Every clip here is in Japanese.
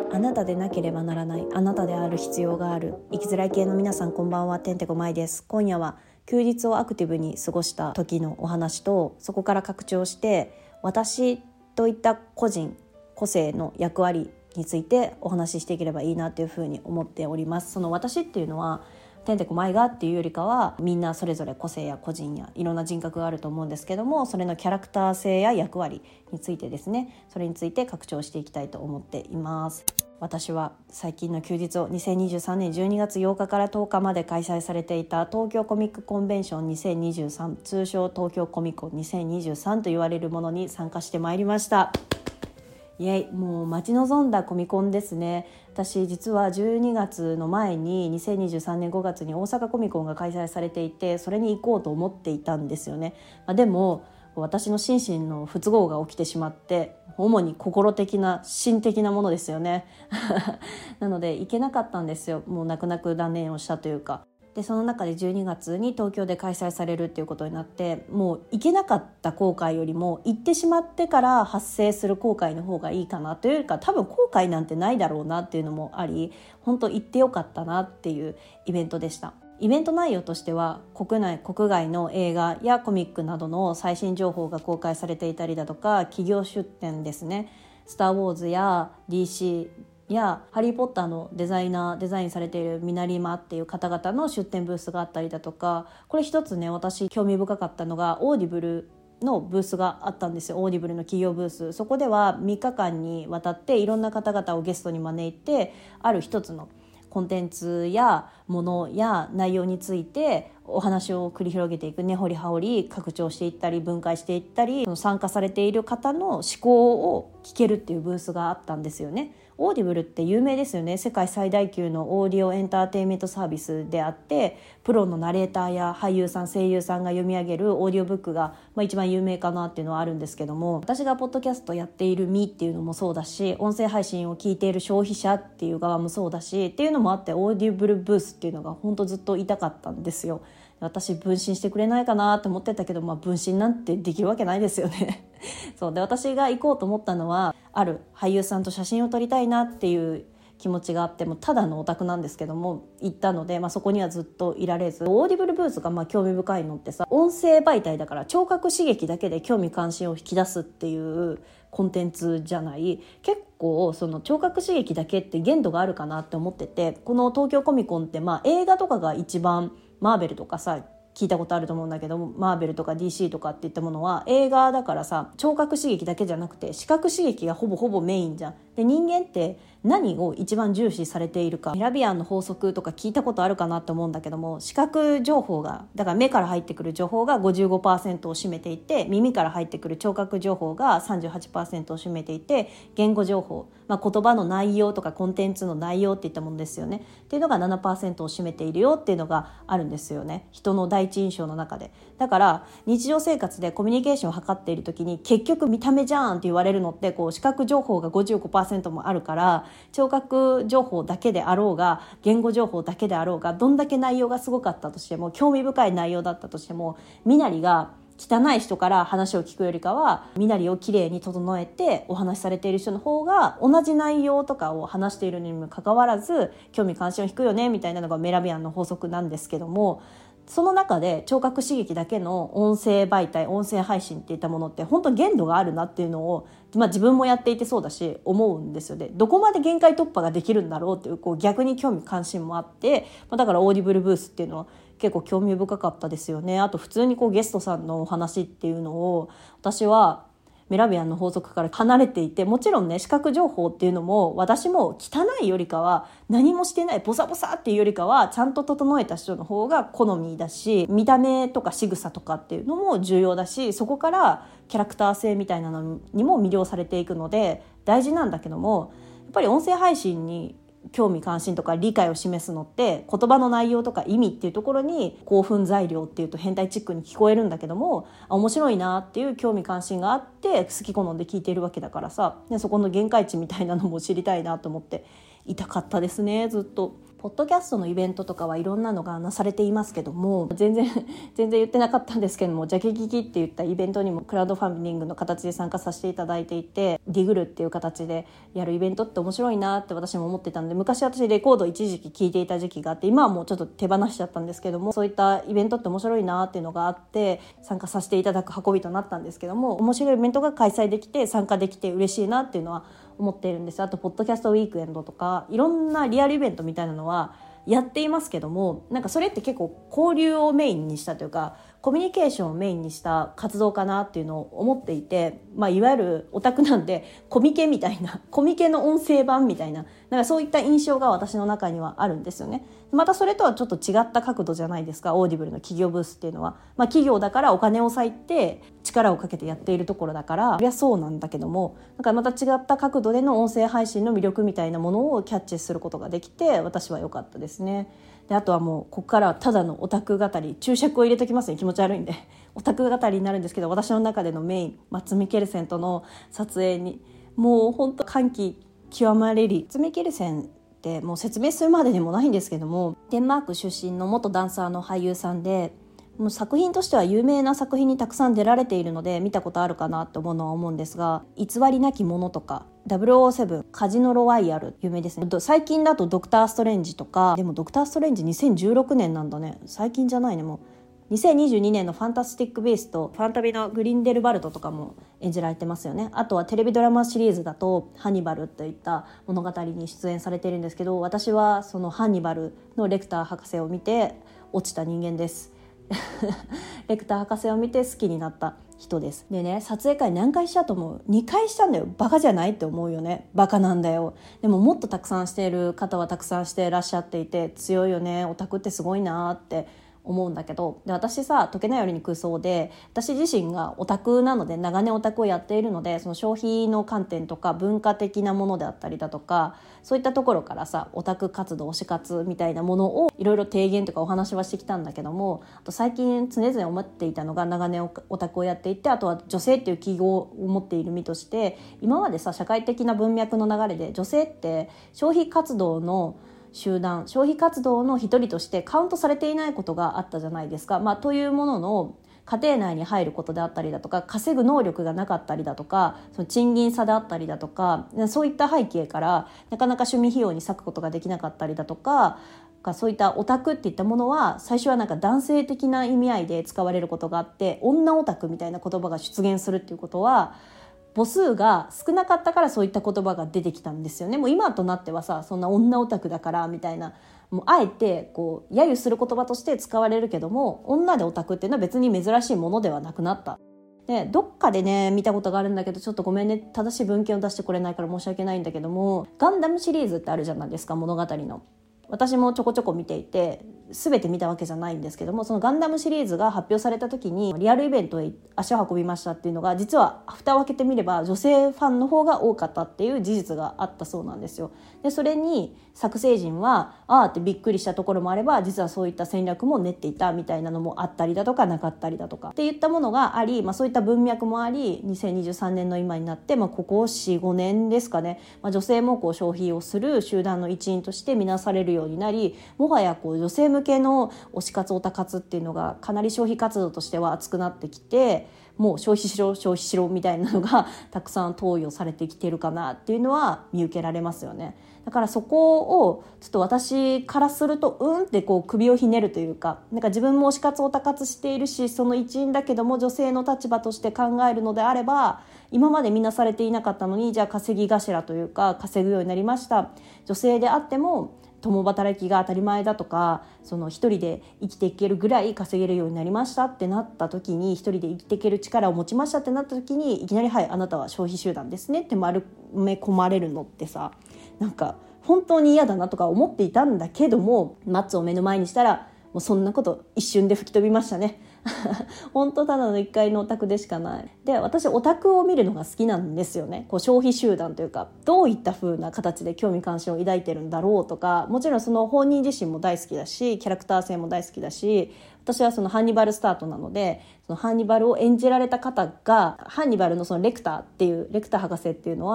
あなたでなければならない、あなたである必要がある。生きづらい系の皆さん、こんばんは。てんてこまいです。今夜は休日をアクティブに過ごした時のお話と、そこから拡張して私といった個人個性の役割についてお話ししていければいいなというふうに思っております。その私っていうのはてんてこまいがっていうよりかは、みんなそれぞれ個性や個人やいろんな人格があると思うんですけども、それのキャラクター性や役割についてですね、それについて拡張していきたいと思っています。私は最近の休日を2023年12月8日から10日まで開催されていた東京コミックコンベンション2023、通称東京コミコン2023と言われるものに参加してまいりました。イエイ、もう待ち望んだコミコンですね。私実は12月の前に2023年5月に大阪コミコンが開催されていて、それに行こうと思っていたんですよね。でも私の心身の不都合が起きてしまって、主に心的な心的なものですよねなので行けなかったんですよ。もう泣く泣く断念をしたというか。でその中で12月に東京で開催されるっていうことになって、もう行けなかった後悔よりも行ってしまってから発生する後悔の方がいいかなというか、多分後悔なんてないだろうなっていうのもあり、本当行ってよかったなっていうイベントでした。イベント内容としては国内国外の映画やコミックなどの最新情報が公開されていたりだとか、企業出展ですね、スターウォーズや DC やハリーポッターのデザインされているミナリマっていう方々の出展ブースがあったりだとか、これ一つね、私興味深かったのがオーディブルのブースがあったんですよ。オーディブルの企業ブース。そこでは3日間にわたっていろんな方々をゲストに招いて、ある一つのコンテンツやものや内容についてお話を繰り広げていく、根掘り葉掘り拡張していったり分解していったり、その参加されている方の思考を聞けるっていうブースがあったんですよね。オーディブルって有名ですよね。世界最大級のオーディオエンターテインメントサービスであって、プロのナレーターや俳優さん声優さんが読み上げるオーディオブックが、一番有名かなっていうのはあるんですけども、私がポッドキャストやっている身っていうのもそうだし、音声配信を聞いている消費者っていう側もそうだしっていうのもあって、オーディブルブースっていうのが本当ずっといたかったんですよ。私分身してくれないかなと思ってたけど、分身なんてできるわけないですよねそうで、私が行こうと思ったのは、ある俳優さんと写真を撮りたいなっていう気持ちがあって、もただのオタクなんですけども行ったので、そこにはずっといられず、オーディブルブースが興味深いのってさ、音声媒体だから聴覚刺激だけで興味関心を引き出すっていうコンテンツじゃない。結構その聴覚刺激だけって限度があるかなって思ってて、この東京コミコンって映画とかが一番、マーベルとかさ聞いたことあると思うんだけども、マーベルとか DC とかっていったものは映画だからさ、聴覚刺激だけじゃなくて視覚刺激がほぼメインじゃん。で、人間って何を一番重視されているか、メラビアンの法則とか聞いたことあるかなって思うんだけども、視覚情報が、だから目から入ってくる情報が 55% を占めていて、耳から入ってくる聴覚情報が 38% を占めていて、言語情報、言葉の内容とかコンテンツの内容っていったものですよねっていうのが 7% を占めているよっていうのがあるんですよね、人の第一印象の中で。だから日常生活でコミュニケーションを図っている時に、結局見た目じゃんって言われるのって、視覚情報が 55% もあるから、聴覚情報だけであろうが言語情報だけであろうが、どんだけ内容がすごかったとしても、興味深い内容だったとしても、身なりが汚い人から話を聞くよりかは、身なりをきれいに整えてお話しされている人の方が、同じ内容とかを話しているにもかかわらず興味関心を引くよねみたいなのがメラビアンの法則なんですけども、その中で聴覚刺激だけの音声媒体、音声配信っていったものって本当限度があるなっていうのを、自分もやっていてそうだし思うんですよね。どこまで限界突破ができるんだろうっていう、逆に興味関心もあって、だからオーディブルブースっていうのは結構興味深かったですよね。あと普通にゲストさんのお話っていうのを、私はメラビアンの法則から離れていて、もちろんね、視覚情報っていうのも私も汚いよりかは、何もしてないボサボサっていうよりかはちゃんと整えた人の方が好みだし、見た目とか仕草とかっていうのも重要だし、そこからキャラクター性みたいなのにも魅了されていくので大事なんだけども、やっぱり音声配信に興味関心とか理解を示すのって、言葉の内容とか意味っていうところに興奮材料っていうと変態チックに聞こえるんだけども、面白いなっていう興味関心があって好き好んで聞いているわけだからさ、でそこの限界値みたいなのも知りたいなと思っていたかったですね、ずっと。 ポッドキャストのイベントとかはいろんなのがなされていますけども、全然言ってなかったんですけども、ジャケ聞きって言ったイベントにもクラウドファンディングの形で参加させていただいていて、ディグルっていう形でやるイベントって面白いなって私も思ってたんで、昔私レコード一時期聞いていた時期があって、今はもうちょっと手放しちゃったんですけども、そういったイベントって面白いなっていうのがあって参加させていただく運びとなったんですけども、面白いイベントが開催できて参加できて嬉しいなっていうのは思っているんです。あとポッドキャストウィークエンドとかいろんなリアルイベントみたいなのはやっていますけども、なんかそれって結構交流をメインにしたというかコミュニケーションをメインにした活動かなっていうのを思っていて、いわゆるオタクなんでコミケみたいな、コミケの音声版みたいな、なんかそういった印象が私の中にはあるんですよね。またそれとはちょっと違った角度じゃないですか、オーディブルの企業ブースっていうのは。企業だからお金を割いて力をかけてやっているところだから、そりゃそうなんだけども、なんかまた違った角度での音声配信の魅力みたいなものをキャッチすることができて、私は良かったですね。であとはもうここからはただのオタク語り、注釈を入れときますね、気持ち悪いんでオタク語りになるんですけど、私の中でのメインマッツ・ミケルセンとの撮影にもう本当感極まれり。マッツ・ミケルセンってもう説明するまでにもないんですけども、デンマーク出身の元ダンサーの俳優さんで、もう作品としては有名な作品にたくさん出られているので見たことあるかなと思うのは思うんですが、偽りなきものとか007カジノロワイヤル有名ですね。最近だとドクターストレンジとか、でもドクターストレンジ2016年なんだね、最近じゃないね。もう2022年のファンタスティック・ビースト、ファンタビのグリンデルバルトとかも演じられてますよね。あとはテレビドラマシリーズだとハンニバルといった物語に出演されているんですけど、私はそのハンニバルのレクター博士を見て落ちた人間ですレクター博士を見て好きになった人です。でね、撮影会何回したと思う？2回したんだよ。バカじゃないって思うよね。バカなんだよ。でももっとたくさんしている方はたくさんしていらっしゃっていて、強いよね、オタクってすごいなって思うんだけど、で私さ、解けないよりに空想で、私自身がオタクなので、長年オタクをやっているので、その消費の観点とか文化的なものであったりだとか、そういったところからさ、オタク活動、推し活みたいなものをいろいろ提言とかお話はしてきたんだけども、あと最近常々思っていたのが、長年オタクをやっていて、あとは女性っていう記号を持っている身として、今までさ、社会的な文脈の流れで女性って消費活動の集団、消費活動の一人としてカウントされていないことがあったじゃないですか。というものの家庭内に入ることであったりだとか、稼ぐ能力がなかったりだとか、その賃金差であったりだとか、そういった背景からなかなか趣味費用に割くことができなかったりだとか、そういったオタクっていったものは最初はなんか男性的な意味合いで使われることがあって、女オタクみたいな言葉が出現するっていうことは母数が少なかったから、そういった言葉が出てきたんですよね。もう今となってはさ、そんな女オタクだからみたいな、もうあえてこう揶揄する言葉として使われるけども、女でオタクっていうのは別に珍しいものではなくなった。でどっかでね見たことがあるんだけど、ちょっとごめんね、正しい文献を出してこれないから申し訳ないんだけども、ガンダムシリーズってあるじゃないですか、物語の。私もちょこちょこ見ていて、全て見たわけじゃないんですけども、そのガンダムシリーズが発表された時にリアルイベントへ足を運びましたっていうのが、実は蓋を開けてみれば女性ファンの方が多かったっていう事実があったそうなんですよ。でそれに作成陣はあーってびっくりしたところもあれば、実はそういった戦略も練っていたみたいなのもあったりだとか、なかったりだとかっていったものがあり、そういった文脈もあり、2023年の今になって、ここ 4,5 年ですかね、女性もこう消費をする集団の一員として見なされるようになり、もはやこう女性向けの推し活オタ活っていうのがかなり消費活動としては熱くなってきて、もう消費しろみたいなのがたくさん投与されてきてるかなっていうのは見受けられますよね。だからそこをちょっと私からするとってこう首をひねるというか、なんか自分も推し活オタ活しているし、その一員だけども女性の立場として考えるのであれば、今まで見なされていなかったのに、じゃあ稼ぎ頭というか稼ぐようになりました、女性であっても共働きが当たり前だとか、その一人で生きていけるぐらい稼げるようになりましたってなった時に、一人で生きていける力を持ちましたってなった時に、いきなりはいあなたは消費集団ですねって丸め込まれるのってさ、なんか本当に嫌だなとか思っていたんだけども、マッツを目の前にしたらもうそんなこと一瞬で吹き飛びましたね本当ただの一回のオタクでしかない。で私オタクを見るのが好きなんですよね。こう消費集団というか、どういった風な形で興味関心を抱いてるんだろうとか、もちろんその本人自身も大好きだし、キャラクター性も大好きだし、私はそのハンニバルスタートなので、そのハンニバルを演じられた方が、ハンニバルのそのレクター博士っていうのは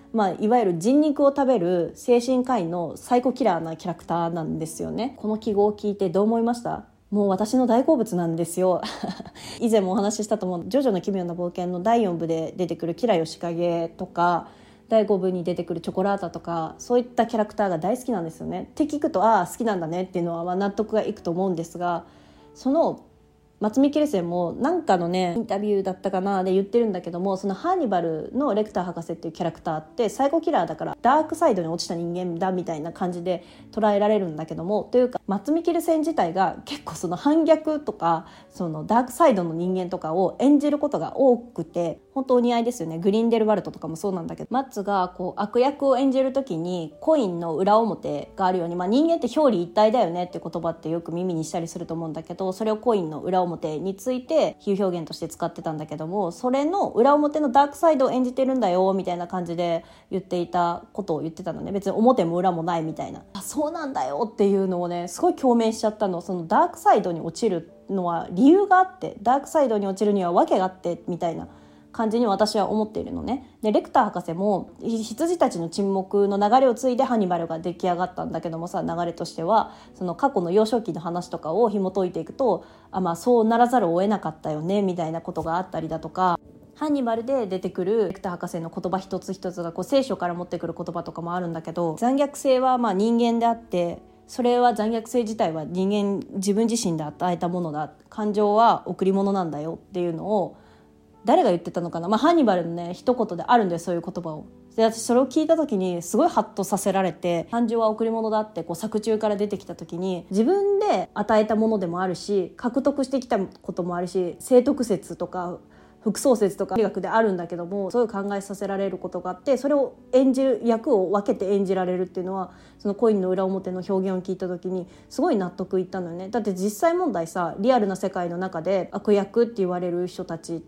いわゆる人肉を食べる精神科医のサイコキラーなキャラクターなんですよね。この記号を聞いてどう思いました？もう私の大好物なんですよ以前もお話ししたと思うジョジョの奇妙な冒険の第4部で出てくるキラヨシカゲとか、第5部に出てくるチョコラータとか、そういったキャラクターが大好きなんですよね。って聞くと好きなんだねっていうのは納得がいくと思うんですが、その松見ケルセンもなんかのねインタビューだったかなで言ってるんだけども、そのハーニバルのレクター博士っていうキャラクターってサイコキラーだからダークサイドに落ちた人間だみたいな感じで捉えられるんだけども、というか松見ケルセン自体が結構その反逆とかそのダークサイドの人間とかを演じることが多くて本当お似合いですよね。グリンデルワルトとかもそうなんだけど、マッツがこう悪役を演じる時にコインの裏表があるように、人間って表裏一体だよねって言葉ってよく耳にしたりすると思うんだけど、それをコインの裏表について比喩表現として使ってたんだけども、それの裏表のダークサイドを演じてるんだよみたいな感じで言っていたことを言ってたのね。別に表も裏もないみたいな、そうなんだよっていうのをねすごい共鳴しちゃったの。そのダークサイドに落ちるのは理由があって、ダークサイドに落ちるには訳があってみたいな感じに私は思っているのね。でレクター博士も羊たちの沈黙の流れを継いでハニバルが出来上がったんだけどもさ、流れとしてはその過去の幼少期の話とかを紐解いていくとそうならざるを得なかったよねみたいなことがあったりだとか、ハンニバルで出てくるレクター博士の言葉一つ一つが聖書から持ってくる言葉とかもあるんだけど、残虐性は人間であって、それは残虐性自体は自分自身で与えたものだ、感情は贈り物なんだよっていうのを誰が言ってたのかな、ハンニバルのね一言であるんだよ、そういう言葉を。で私それを聞いた時にすごいハッとさせられて、感情は贈り物だって作中から出てきた時に自分で与えたものでもあるし、獲得してきたこともあるし、聖徳説とか複層説とか理学であるんだけども、そういう考えさせられることがあって、それを演じる役を分けて演じられるっていうのは、そのコインの裏表の表現を聞いた時にすごい納得いったのよね。だって実際問題さ、リアルな世界の中で悪役って言われる人たちって、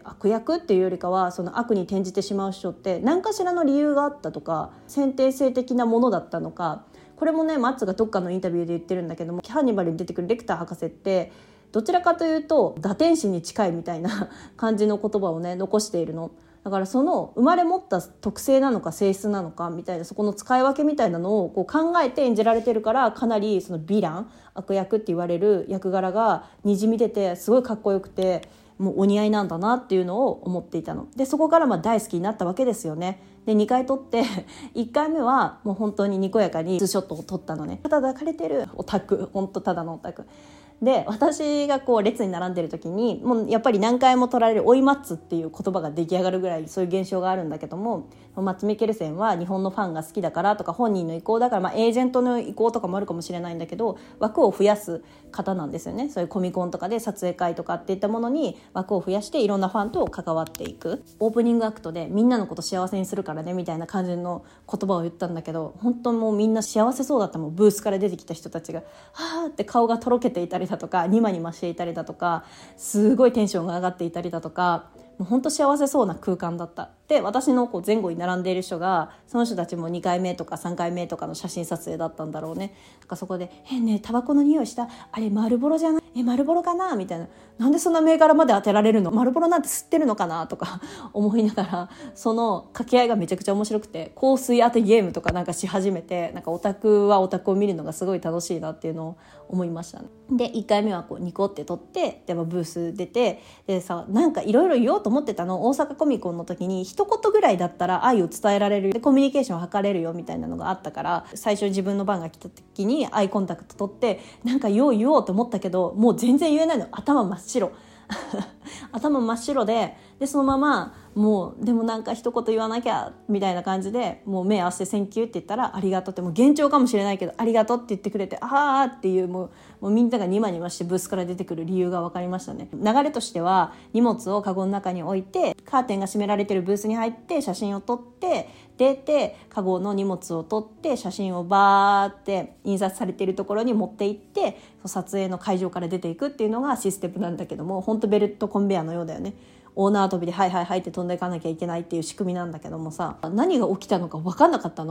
悪役っていうよりかはその悪に転じてしまう人って何かしらの理由があったとか、先天性的なものだったのか、これもねマッツがどっかのインタビューで言ってるんだけども、ハンニバルに出てくるレクター博士ってどちらかというと堕天使に近いみたいな感じの言葉をね残しているの。だからその生まれ持った特性なのか性質なのかみたいな、そこの使い分けみたいなのを考えて演じられてるから、かなりそのヴィラン、悪役って言われる役柄がにじみ出てすごいかっこよくて、もうお似合いなんだなっていうのを思っていたので、そこから大好きになったわけですよね。で2回撮って1回目はもう本当ににこやかにツーショットを撮ったのね。ただ抱かれてるオタク、本当ただのオタクで、私が列に並んでる時にもうやっぱり何回も撮られる追いマッツっていう言葉が出来上がるぐらいそういう現象があるんだけども、マッツ・ミケルセンは日本のファンが好きだからとか本人の意向だから、エージェントの意向とかもあるかもしれないんだけど、枠を増やす方なんですよね。そういうコミコンとかで撮影会とかっていったものに枠を増やしていろんなファンと関わっていく。オープニングアクトでみんなのこと幸せにするからねみたいな感じの言葉を言ったんだけど、本当もうみんな幸せそうだったもん。ブースから出てきた人たちがはーって顔がとろけていたりだとか、ニマニマしていたりだとか、すごいテンションが上がっていたりだとか、もう本当幸せそうな空間だった。で私の前後に並んでいる人が、その人たちも2回目とか3回目とかの写真撮影だったんだろうね。なんかそこでねえタバコの匂いした、あれマルボロじゃない、マルボロかなみたいな、なんでそんな銘柄まで当てられるの、マルボロなんて吸ってるのかなとか思いながら、その掛け合いがめちゃくちゃ面白くて、香水当てゲームとかなんかし始めて、なんかオタクはオタクを見るのがすごい楽しいなっていうのを思いましたね。で1回目はニコって撮って、でブース出て、でさ、なんかいろいろ言おうと思ってたの。大阪コミコンの時に一言ぐらいだったら愛を伝えられる、でコミュニケーションを図れるよみたいなのがあったから、最初自分の番が来た時にアイコンタクト取ってなんか言おうと思ったけど、もう全然言えないの。頭真っ白頭真っ白でそのままもうでもなんか一言言わなきゃみたいな感じで、もう目合わせてセンキューって言ったら、ありがとうって、もう幻聴かもしれないけどありがとうって言ってくれて、あーっていう、もうみんながニマニマしてブースから出てくる理由が分かりましたね。流れとしては荷物をカゴの中に置いて、カーテンが閉められてるブースに入って写真を撮って出て、カゴの荷物を取って写真をバーって印刷されているところに持って行って、撮影の会場から出ていくっていうのがシステムなんだけども、本当ベルトコンベヤーのようだよね。オーナー跳びではいはいはいって飛んでいかなきゃいけないっていう仕組みなんだけどもさ、何が起きたのか分かんなかったの。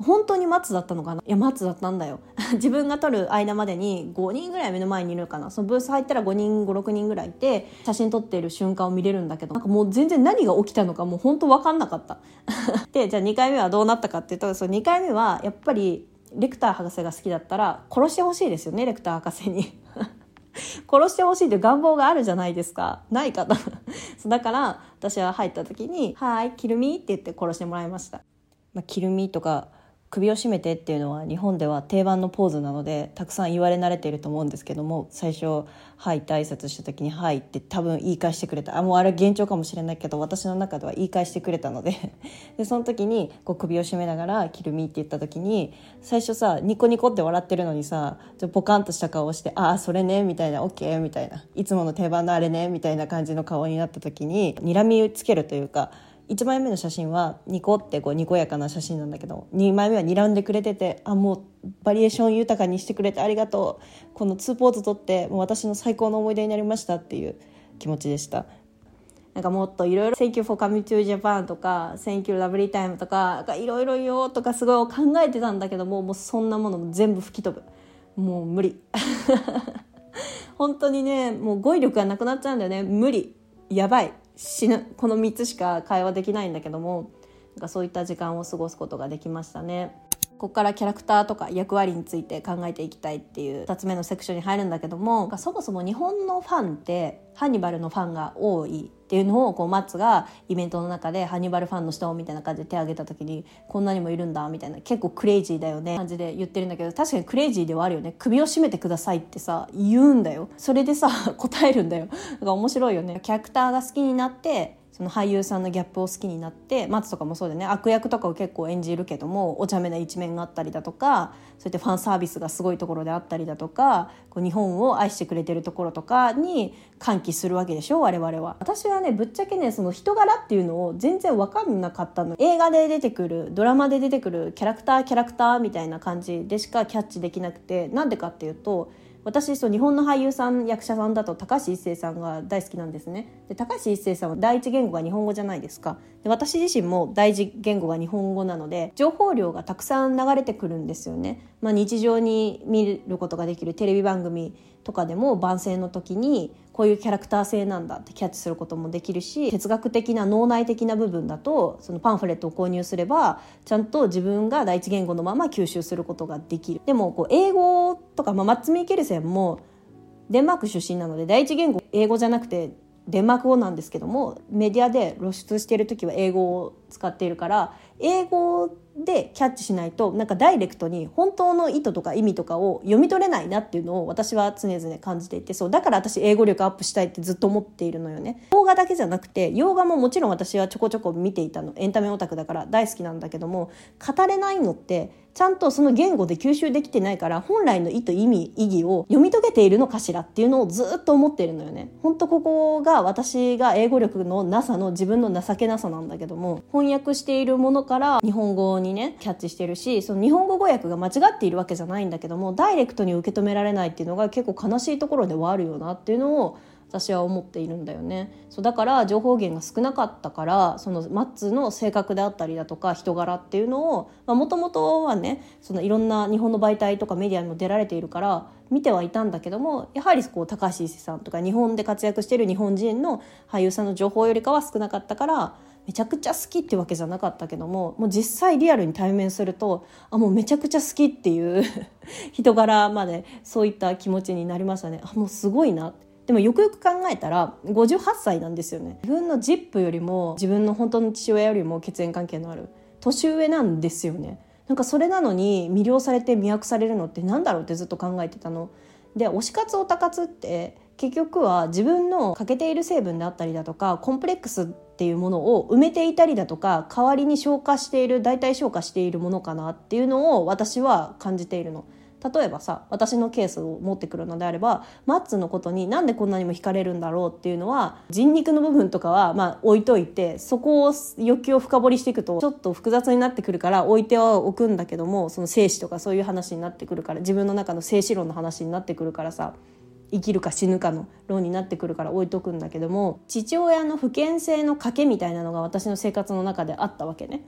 本当に松だったのかな。いや松だったんだよ自分が撮る間までに5人ぐらい目の前にいるのかな。そのブース入ったら5人5、6人ぐらいいて写真撮っている瞬間を見れるんだけど、なんかもう全然何が起きたのかもう本当分かんなかったでじゃあ2回目はどうなったかっていうと、その2回目はやっぱりレクター博士が好きだったら殺してほしいですよね、レクター博士に殺してほしいという願望があるじゃないですか。ないかなだから私は入った時にはいキルミって言って殺してもらいました。キルミとか首を絞めてっていうのは日本では定番のポーズなのでたくさん言われ慣れていると思うんですけども、最初はいって挨拶した時にはいって多分言い返してくれた。もうあれ幻聴かもしれないけど私の中では言い返してくれたのででその時にこう首を絞めながらキルミって言った時に最初さニコニコって笑ってるのにさポカンとした顔をしてああそれねみたいなオッケーみたいないつもの定番のあれねみたいな感じの顔になった時に睨みつけるというか、1枚目の写真はニコってこうにこやかな写真なんだけど、2枚目は睨んでくれててもうバリエーション豊かにしてくれてありがとう、この2ポーズ撮ってもう私の最高の思い出になりましたっていう気持ちでした。なんかもっといろいろ Thank you for coming to Japan とか Thank you lovely time とかいろいろ言おうとかすごい考えてたんだけども、もうそんなものも全部吹き飛ぶ。もう無理本当にねもう語彙力がなくなっちゃうんだよね。無理、やばい、死ぬ、この3つしか会話できないんだけども、なんかそういった時間を過ごすことができましたね。ここからキャラクターとか役割について考えていきたいっていう2つ目のセクションに入るんだけども、そもそも日本のファンってハンニバルのファンが多いっていうのをこうマッツがイベントの中でハンニバルファンの人みたいな感じで手を挙げた時にこんなにもいるんだみたいな、結構クレイジーだよね感じで言ってるんだけど、確かにクレイジーではあるよね。首を絞めてくださいってさ言うんだよ。それでさ答えるんだよ。だから面白いよね。キャラクターが好きになってその俳優さんのギャップを好きになって、松とかもそうだよね、悪役とかを結構演じるけどもお茶目な一面があったりだとか、そうやってファンサービスがすごいところであったりだとか、こう日本を愛してくれてるところとかに歓喜するわけでしょ我々は。私はねぶっちゃけねその人柄っていうのを全然分かんなかったの。映画で出てくるドラマで出てくるキャラクターみたいな感じでしかキャッチできなくて、なんでかっていうと私日本の俳優さん役者さんだと高橋一生さんが大好きなんですね。で高橋一生さんは第一言語が日本語じゃないですか。で私自身も第一言語が日本語なので情報量がたくさん流れてくるんですよね。日常に見ることができるテレビ番組とかでも番宣の時にこういうキャラクター性なんだってキャッチすることもできるし、哲学的な脳内的な部分だとそのパンフレットを購入すればちゃんと自分が第一言語のまま吸収することができる。でもこう英語とか、マッツ・ミーケルセンもデンマーク出身なので第一言語英語じゃなくてデンマーク語なんですけども、メディアで露出している時は英語を使っているから英語でキャッチしないとなんかダイレクトに本当の意図とか意味とかを読み取れないなっていうのを私は常々感じていて、そうだから私英語力アップしたいってずっと思っているのよね。邦画だけじゃなくて洋画ももちろん私はちょこちょこ見ていたの。エンタメオタクだから大好きなんだけども、語れないのってちゃんとその言語で吸収できてないから本来の意図意義を読み解けているのかしらっていうのをずっと思っているのよね。本当ここが私が英語力のなさの自分の情けなさなんだけども、翻訳しているものから日本語にねキャッチしてるし、その日本語語訳が間違っているわけじゃないんだけどもダイレクトに受け止められないっていうのが結構悲しいところではあるよなっていうのを私は思っているんだよね。そうだから情報源が少なかったからそのマッツの性格であったりだとか人柄っていうのをもともとはねそのいろんな日本の媒体とかメディアにも出られているから見てはいたんだけども、やはりこう高橋一生さんとか日本で活躍している日本人の俳優さんの情報よりかは少なかったからめちゃくちゃ好きってわけじゃなかったけども、もう実際リアルに対面するともうめちゃくちゃ好きっていう人柄までそういった気持ちになりましたね。もうすごいな。でもよくよく考えたら58歳なんですよね。自分のジップよりも自分の本当の父親よりも血縁関係のある年上なんですよね。なんかそれなのに魅了されて魅惑されるのってなんだろうってずっと考えてたので、推し活オタ活って結局は自分の欠けている成分であったりだとかコンプレックスっていうものを埋めていたりだとか代わりに代替消化しているものかなっていうのを私は感じているの。例えばさ、私のケースを持ってくるのであればマッツのことになんでこんなにも惹かれるんだろうっていうのは人肉の部分とかは置いといて、そこを欲求を深掘りしていくとちょっと複雑になってくるから置いてはおくんだけども、その生死とかそういう話になってくるから自分の中の生死論の話になってくるからさ、生きるか死ぬかの論になってくるから置いとくんだけども、父親の不健性の賭けみたいなのが私の生活の中であったわけね。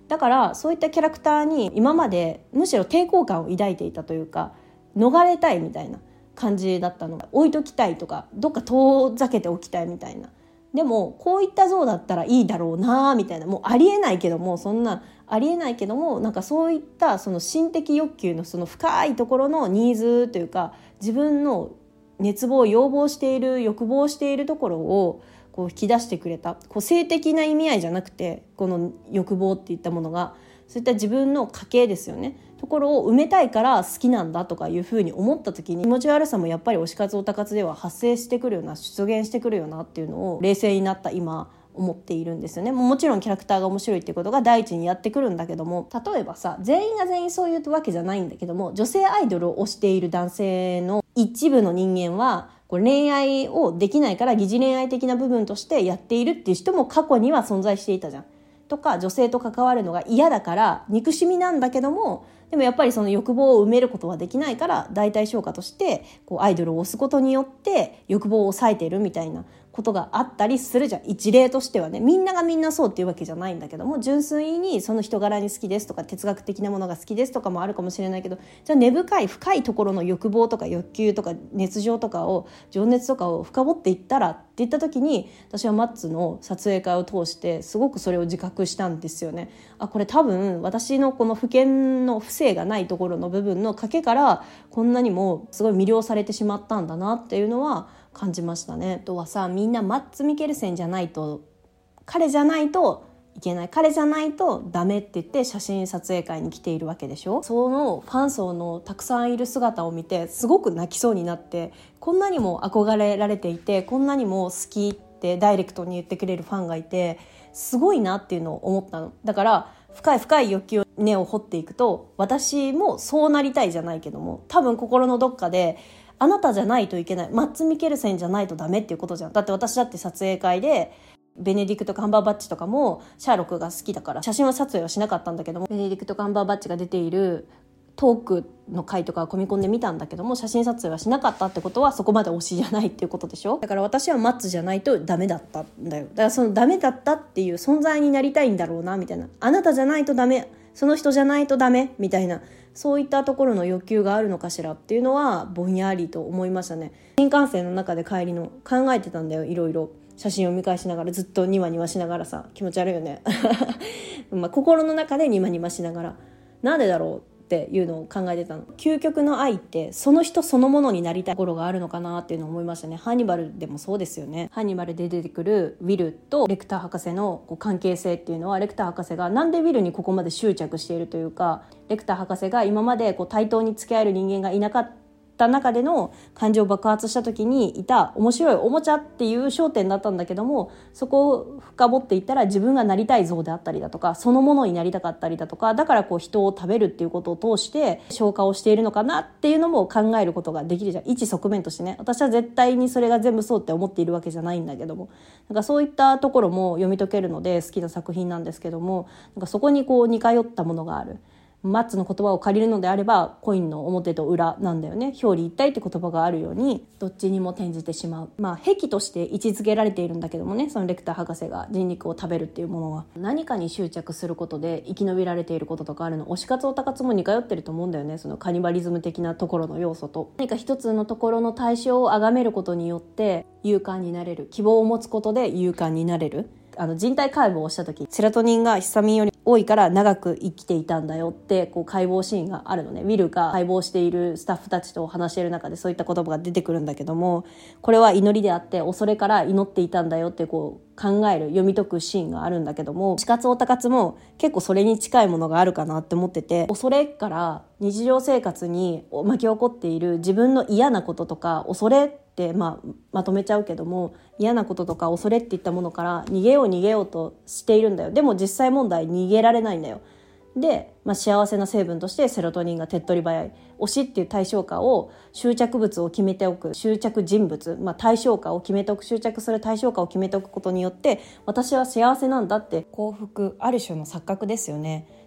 だからそういったキャラクターに今までむしろ抵抗感を抱いていたというか、逃れたいみたいな感じだったの。置いときたいとか、どっか遠ざけておきたいみたいな。でもこういった像だったらいいだろうなみたいな、もうありえないけども、そんなありえないけども、なんかそういったその心的欲求のその深いところのニーズというか、自分の熱望、要望している、欲望しているところをこう引き出してくれた。こう性的な意味合いじゃなくて、この欲望っていったものがそういった自分の家系ですよね、ところを埋めたいから好きなんだとかいうふうに思った時に、気持ち悪さもやっぱり推し活オタ活では発生してくるよな、出現してくるよなっていうのを冷静になった今思っているんですよね。もちろんキャラクターが面白いっていうことが第一にやってくるんだけども、例えばさ、全員が全員そういうわけじゃないんだけども、女性アイドルを推している男性の一部の人間はこれ恋愛をできないから疑似恋愛的な部分としてやっているっていう人も過去には存在していたじゃん。とか、女性と関わるのが嫌だから憎しみなんだけども、でもやっぱりその欲望を埋めることはできないから代替消化としてこうアイドルを推すことによって欲望を抑えているみたいなことがあったりするじゃん。一例としてはね、みんながみんなそうっていうわけじゃないんだけども、純粋にその人柄に好きですとか哲学的なものが好きですとかもあるかもしれないけど、じゃあ根深い深いところの欲望とか欲求とか熱情とかを、情熱とかを深掘っていったらって言った時に、私はマッツの撮影会を通してすごくそれを自覚したんですよね。これ多分私のこの不見の不正がないところの部分の賭けからこんなにもすごい魅了されてしまったんだなっていうのは感じましたね。あとはさ、みんなマッツ・ミケルセンじゃないと、彼じゃないといけない、彼じゃないとダメって言って写真撮影会に来ているわけでしょ。そのファン層のたくさんいる姿を見てすごく泣きそうになって、こんなにも憧れられていて、こんなにも好きってダイレクトに言ってくれるファンがいてすごいなっていうのを思ったの。だから深い深い欲求を根を掘っていくと、私もそうなりたいじゃないけども、多分心のどっかであなたじゃないといけない、マッツ・ミケルセンじゃないとダメっていうことじゃん。だって私だって撮影会でベネディクト・カンバーバッチとかもシャーロックが好きだから写真は撮影はしなかったんだけども、ベネディクト・カンバーバッチが出ているトークの回とか込み込んでみたんだけども、写真撮影はしなかったってことはそこまで推しじゃないっていうことでしょ。だから私はマッツじゃないとダメだったんだよ。だからそのダメだったっていう存在になりたいんだろうなみたいな、あなたじゃないとダメ、その人じゃないとダメみたいな、そういったところの欲求があるのかしらっていうのはぼんやりと思いましたね。新幹線の中で帰りの考えてたんだよ、いろいろ写真を見返しながら、ずっとニマニマしながらさ、気持ち悪いよね心の中でニマニマしながら、なんでだろうっていうのを考えてたの。究極の愛ってその人そのものになりたいところがあるのかなっていうのを思いましたね。ハンニバルでもそうですよね。ハンニバルで出てくるウィルとレクター博士の関係性っていうのは、レクター博士がなんでウィルにここまで執着しているというか、レクター博士が今まで対等に付き合える人間がいなかった中での感情爆発した時にいた面白いおもちゃっていう焦点だったんだけども、そこを深掘っていったら自分がなりたい像であったりだとか、そのものになりたかったりだとか、だから人を食べるっていうことを通して消化をしているのかなっていうのも考えることができるじゃん、一側面としてね。私は絶対にそれが全部そうって思っているわけじゃないんだけども、なんかそういったところも読み解けるので好きな作品なんですけども、なんかそこに似通ったものがある。マッツの言葉を借りるのであればコインの表と裏なんだよね。表裏一体って言葉があるようにどっちにも転じてしまう。癖として位置づけられているんだけどもね、そのレクター博士が人肉を食べるっていうものは何かに執着することで生き延びられていることとかあるの。推し活オタ活も似通ってると思うんだよね。そのカニバリズム的なところの要素と、何か一つのところの対象を崇めることによって勇敢になれる、希望を持つことで勇敢になれる。人体解剖をした時、セロトニンがヒスタミンより多いから長く生きていたんだよって解剖シーンがあるのね。ウィルが解剖しているスタッフたちと話している中でそういった言葉が出てくるんだけども、これは祈りであって恐れから祈っていたんだよって考える、読み解くシーンがあるんだけども、推し活オタ活も結構それに近いものがあるかなって思ってて、恐れから日常生活に巻き起こっている自分の嫌なこととか、恐れってまとめちゃうけども、嫌なこととか恐れっていったものから逃げようとしているんだよ。でも実際問題逃げられないんだよ。で、幸せな成分としてセロトニンが手っ取り早い。推しっていう対象化を、執着物を決めておく、執着人物、対象化を決めておく、執着する対象化を決めておくことによって私は幸せなんだって幸福、ある種の錯覚ですよね。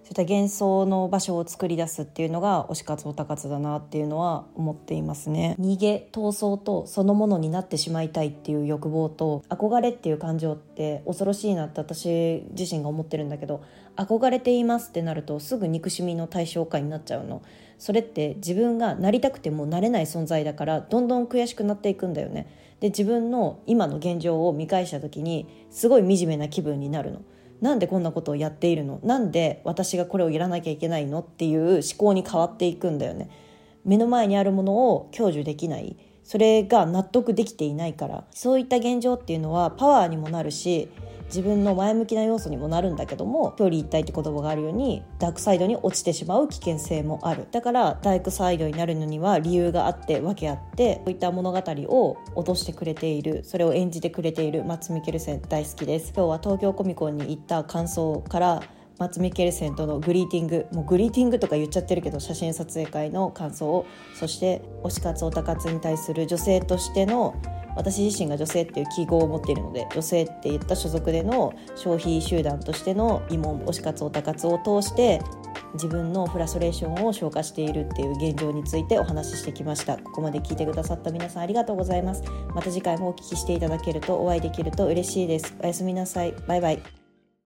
そういった幻想の場所を作り出すっていうのが推し活オタ活だなっていうのは思っていますね。逃げ闘争とそのものになってしまいたいっていう欲望と憧れっていう感情って恐ろしいなって私自身が思ってるんだけど、憧れていますってなるとすぐ憎しみの対象化になっちゃうの。それって自分がなりたくてもなれない存在だからどんどん悔しくなっていくんだよね。で自分の今の現状を見返した時にすごい惨めな気分になるの。なんでこんなことをやっているの、なんで私がこれをやらなきゃいけないのっていう思考に変わっていくんだよね。目の前にあるものを享受できない、それが納得できていないから。そういった現状っていうのはパワーにもなるし自分の前向きな要素にもなるんだけども、表裏一体って言葉があるようにダークサイドに落ちてしまう危険性もある。だからダークサイドになるのには理由があって訳あって、そういった物語を落としてくれている、それを演じてくれているマッツ・ミケルセン大好きです。今日は東京コミコンに行った感想からマッツ・ミケルセンとのグリーティング、もうグリーティングとか言っちゃってるけど写真撮影会の感想を、そして推し活オタ活に対する女性としての、私自身が女性っていう記号を持っているので、女性っていった所属での消費集団としての慰問推し活オタ活を通して自分のフラストレーションを消化しているっていう現状についてお話ししてきました。ここまで聞いてくださった皆さんありがとうございます。また次回もお聞きしていただけると、お会いできると嬉しいです。おやすみなさい。バイバイ。